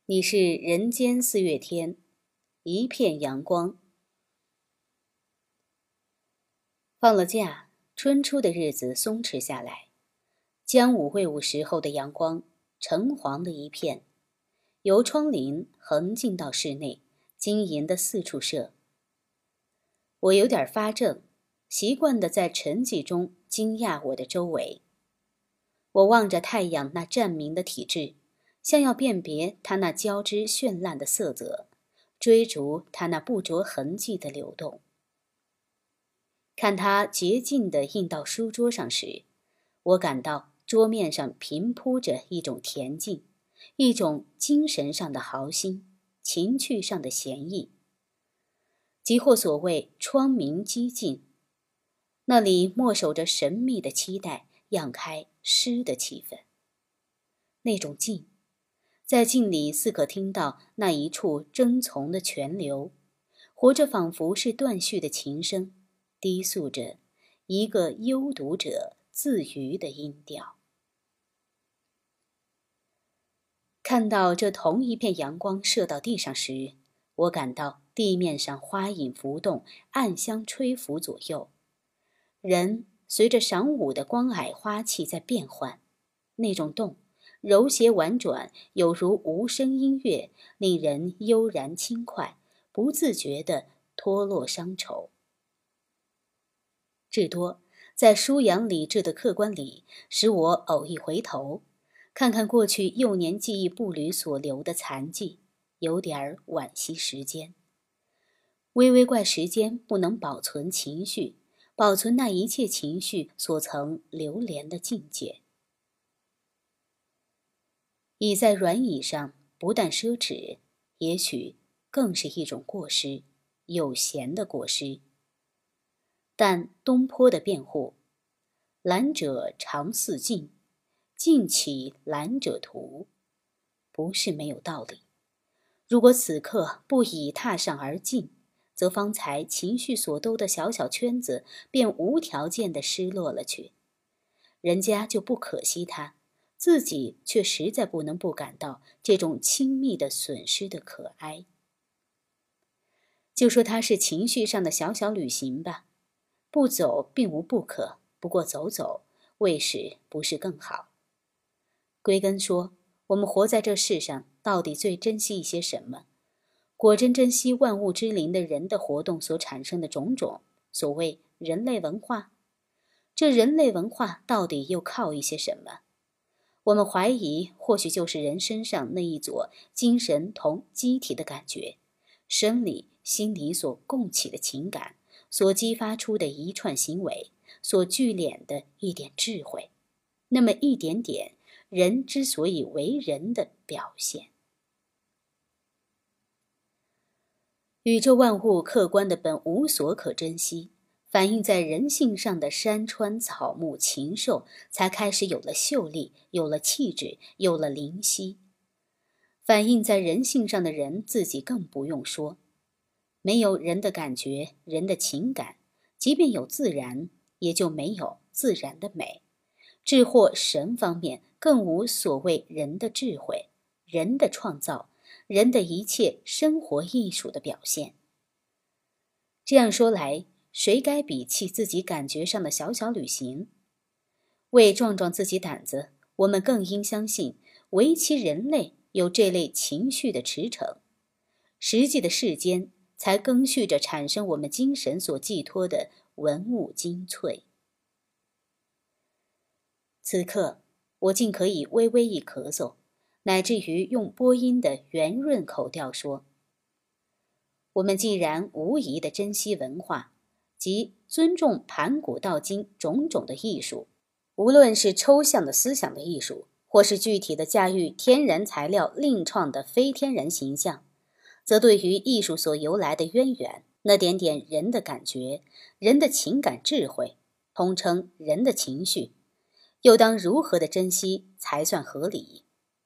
你是人间四月天，一片阳光。放了假，春初的日子松弛下来，将午会午时候的阳光橙黄的一片，由窗棂横进到室内，晶莹的四处射。我有点发怔，习惯地在沉寂中惊讶我的周围。我望着太阳那湛明的体质，像要辨别它那交织绚烂的色泽，追逐它那不着痕迹的流动。看它洁净地印到书桌上时，我感到桌面上平铺着一种恬静，一种精神上的豪心，情趣上的闲逸，即或所谓窗明几净，那里默守着神秘的期待，漾开诗的气氛。那种静，在静里似可听到那一处争从的泉流，活着仿佛是断续的琴声，低诉着一个幽读者自娱的音调。看到这同一片阳光射到地上时，我感到地面上花影浮动，暗香吹拂左右，人随着晌午的光霭花气在变换，那种动柔谐婉转，有如无声音乐，令人悠然轻快，不自觉地脱落伤愁。至多在舒扬理智的客观里，使我偶一回头，看看过去幼年记忆步履所留的残迹，有点惋惜时间。微微怪时间不能保存情绪，保存那一切情绪所曾流连的境界。倚在软椅上，不但奢侈，也许更是一种过失，有闲的过失。但东坡的辩护，懒者常似静，静岂懒者图，不是没有道理。如果此刻不倚踏上而静，则方才情绪所兜的小小圈子便无条件地失落了去，人家就不可惜它，自己却实在不能不感到这种亲密的损失的可哀。就说它是情绪上的小小旅行吧，不走并无不可，不过走走未使不是更好。归根说，我们活在这世上，到底最珍惜一些什么？果真珍惜万物之灵的人的活动所产生的种种，所谓人类文化。这人类文化到底又靠一些什么？我们怀疑，或许就是人身上那一撮精神同机体的感觉，生理、心理所共起的情感，所激发出的一串行为，所聚敛的一点智慧，那么一点点人之所以为人的表现。宇宙万物客观的本无所可珍惜，反映在人性上的山川草木禽兽，才开始有了秀丽，有了气质，有了灵犀。反映在人性上的人自己更不用说，没有人的感觉，人的情感，即便有自然，也就没有自然的美。智或神方面更无所谓人的智慧，人的创造，人的一切生活艺术的表现。这样说来，谁该比弃自己感觉上的小小旅行？为壮壮自己胆子，我们更应相信，唯其人类有这类情绪的驰骋，实际的世间才更续着产生我们精神所寄托的文物精粹。此刻，我竟可以微微一咳嗽，乃至于用播音的圆润口调说：我们既然无疑地珍惜文化，即尊重盘古到今种种的艺术，无论是抽象的思想的艺术，或是具体的驾驭天然材料另创的非天然形象，则对于艺术所由来的渊源，那点点人的感觉，人的情感智慧，通称人的情绪，又当如何的珍惜才算合理？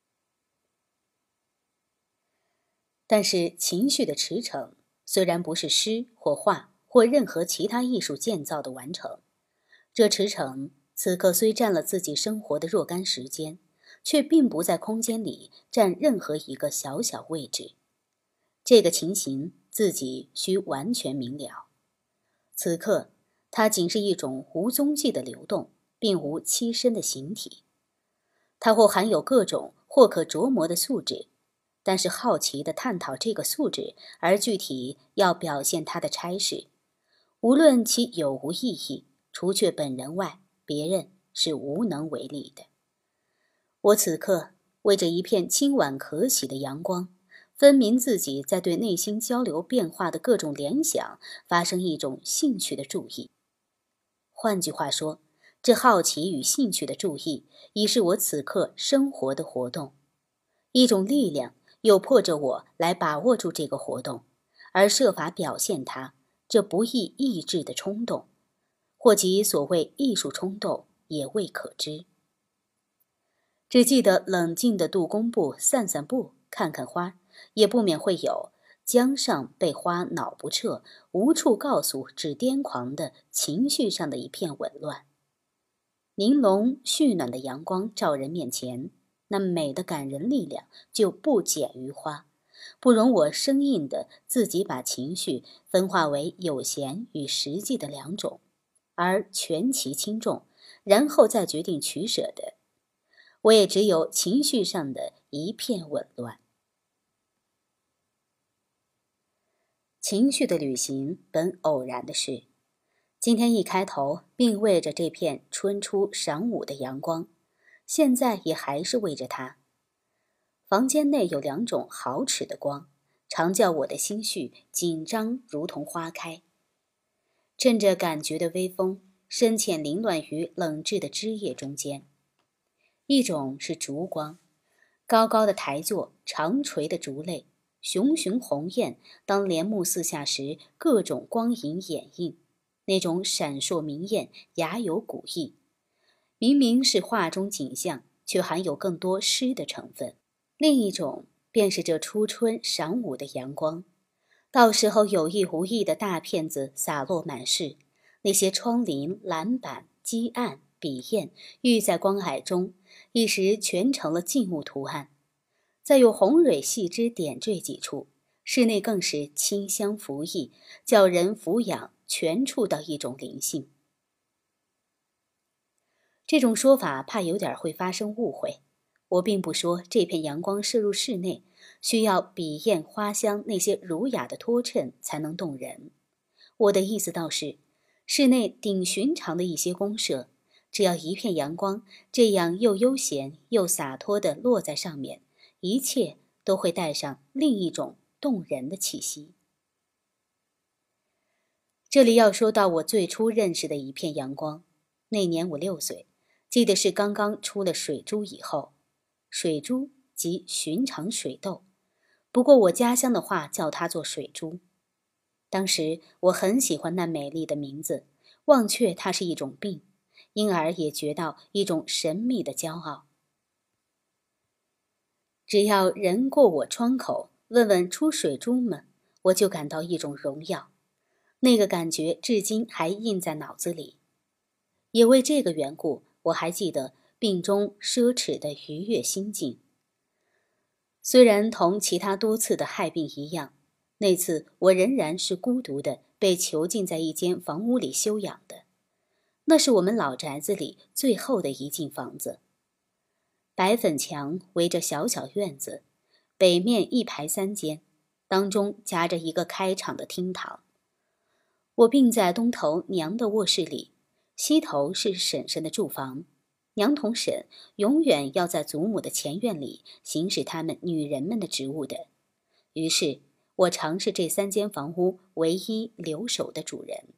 但是情绪的驰骋，虽然不是诗或画或任何其他艺术建造的完成，这驰骋此刻虽占了自己生活的若干时间， 却并不在空间里占任何一个小小位置。这个情形自己需完全明了。此刻，它仅是一种无踪迹的流动，并无栖身的形体。它或含有各种或可琢磨的素质，但是好奇地探讨这个素质，而具体要表现它的差事，无论其有无意义，除却本人外，别人是无能为力的。我此刻为这一片清婉可喜的阳光，分明自己在对内心交流变化的各种联想发生一种兴趣的注意。换句话说，这好奇与兴趣的注意已是我此刻生活的活动，一种力量又迫着我来把握住这个活动，而设法表现它，这不易抑制的冲动，或即所谓艺术冲动，也未可知。只记得冷静地渡公步散散步，看看花，也不免会有江上被花恼不彻，无处告诉只癫狂的情绪上的一片紊乱。玲珑煦暖的阳光照人面前，那美的感人力量就不减于花，不容我生硬地自己把情绪分化为有闲与实际的两种，而权其轻重，然后再决定取舍的。我也只有情绪上的一片紊乱。情绪的旅行本偶然的事，今天一开头并为着这片春初晌午的阳光，现在也还是为着它。房间内有两种毫尺的光，常叫我的心绪紧张如同花开。趁着感觉的微风，深浅凌乱于冷滞的枝叶中间。一种是烛光，高高的台座，长垂的烛泪，熊熊红焰，当帘幕四下时，各种光影掩映，那种闪烁明艳，雅有古意。明明是画中景象，却含有更多诗的成分。另一种便是这初春晌午的阳光，到时候有意无意的大片子洒落满室，那些窗棂、栏板、积案、笔砚寓在光霭中，一时全成了静物图案。再有红蕊细枝点缀几处，室内更是清香浮溢，叫人俯仰全触到一种灵性。这种说法怕有点会发生误会，我并不说这片阳光射入室内，需要笔砚花香那些儒雅的托衬才能动人。我的意思倒是，室内顶寻常的一些公设，只要一片阳光，这样又悠闲又洒脱地落在上面，一切都会带上另一种动人的气息。这里要说到我最初认识的一片阳光，那年我6岁，记得是刚刚出了水珠以后。水珠即寻常水痘，不过我家乡的话叫它做水珠。当时我很喜欢那美丽的名字，忘却它是一种病，因而也觉到一种神秘的骄傲。只要人过我窗口，问问出水珠吗，我就感到一种荣耀，那个感觉至今还印在脑子里。也为这个缘故，我还记得病中奢侈的愉悦心境。虽然同其他多次的害病一样，那次我仍然是孤独的被囚禁在一间房屋里休养的。那是我们老宅子里最后的一进房子，白粉墙围着小小院子，北面一排3间，当中夹着一个开敞的厅堂。我病在东头娘的卧室里，西头是婶婶的住房。娘同婶永远要在祖母的前院里行使她们女人们的职务的，于是我常是这3间房屋唯一留守的主人。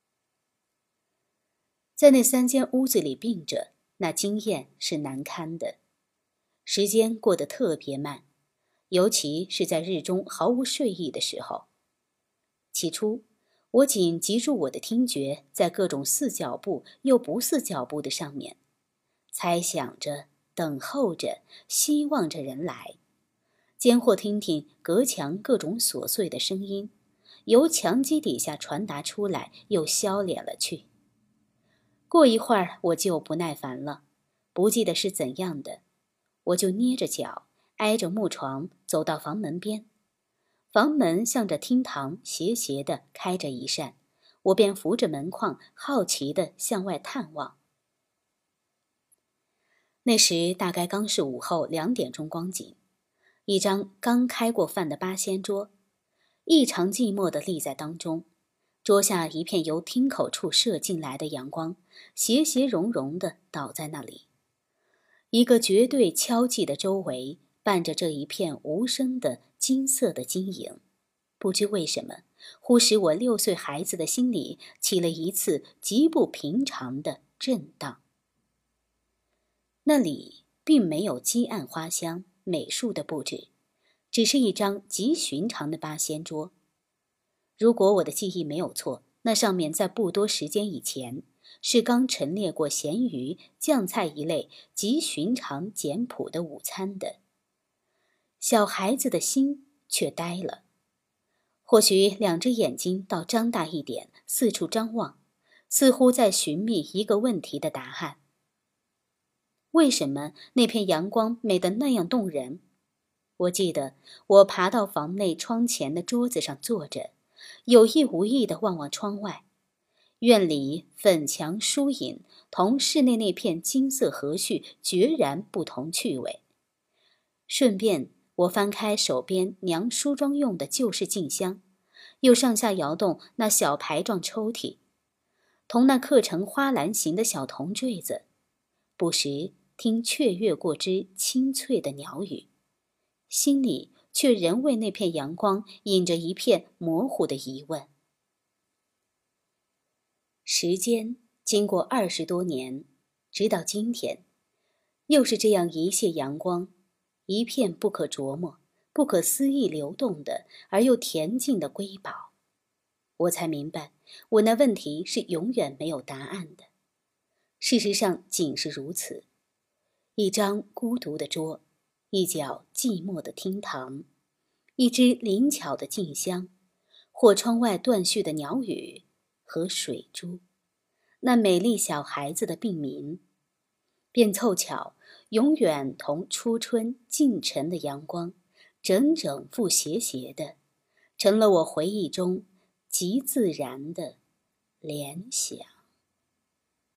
在那3间屋子里病着，那经验是难堪的。时间过得特别慢，尤其是在日中毫无睡意的时候。起初我仅集中我的听觉在各种似脚步又不似脚步的上面，猜想着，等候着，希望着人来，间或听听隔墙各种琐碎的声音，由墙基底下传达出来，又消敛了去。过一会儿我就不耐烦了，不记得是怎样的， 我就捏着脚，挨着木床走到房门边。房门向着厅堂斜斜地开着一扇，我便扶着门框，好奇地向外探望。那时大概刚是午后2点钟光景，一张刚开过饭的八仙桌，异常寂寞地立在当中。桌下一片由厅口处射进来的阳光，斜斜融融地倒在那里。一个绝对敲寂的周围，伴着这一片无声的金色的晶莹，不知为什么，忽使我6岁孩子的心里起了一次极不平常的震荡。那里并没有积暗花香、美术的布置，只是一张极寻常的八仙桌。如果我的记忆没有错，那上面在不多时间以前是刚陈列过咸鱼、酱菜一类极寻常简朴的午餐的。小孩子的心却呆了，或许2只眼睛倒张大一点，四处张望，似乎在寻觅一个问题的答案。为什么那片阳光美得那样动人？我记得我爬到房内窗前的桌子上坐着，有意无意地望望窗外，院里粉墙疏影同室内那片金色和煦决然不同趣味。顺便我翻开手边娘梳妆用的旧式镜箱，又上下摇动那小牌状抽屉，同那刻成花篮形的小铜坠子，不时听雀跃过之清脆的鸟语，心里却仍为那片阳光引着一片模糊的疑问。时间经过20多年，直到今天，又是这样一泻阳光，一片不可琢磨、不可思议流动的而又恬静的瑰宝，我才明白，我那问题是永远没有答案的。事实上仅是如此，一张孤独的桌，一角寂寞的厅堂，一只灵巧的镜香，或窗外断续的鸟语和水珠，那美丽小孩子的病名，便凑巧永远同初春静沉的阳光整整复斜斜的，成了我回忆中极自然的联想。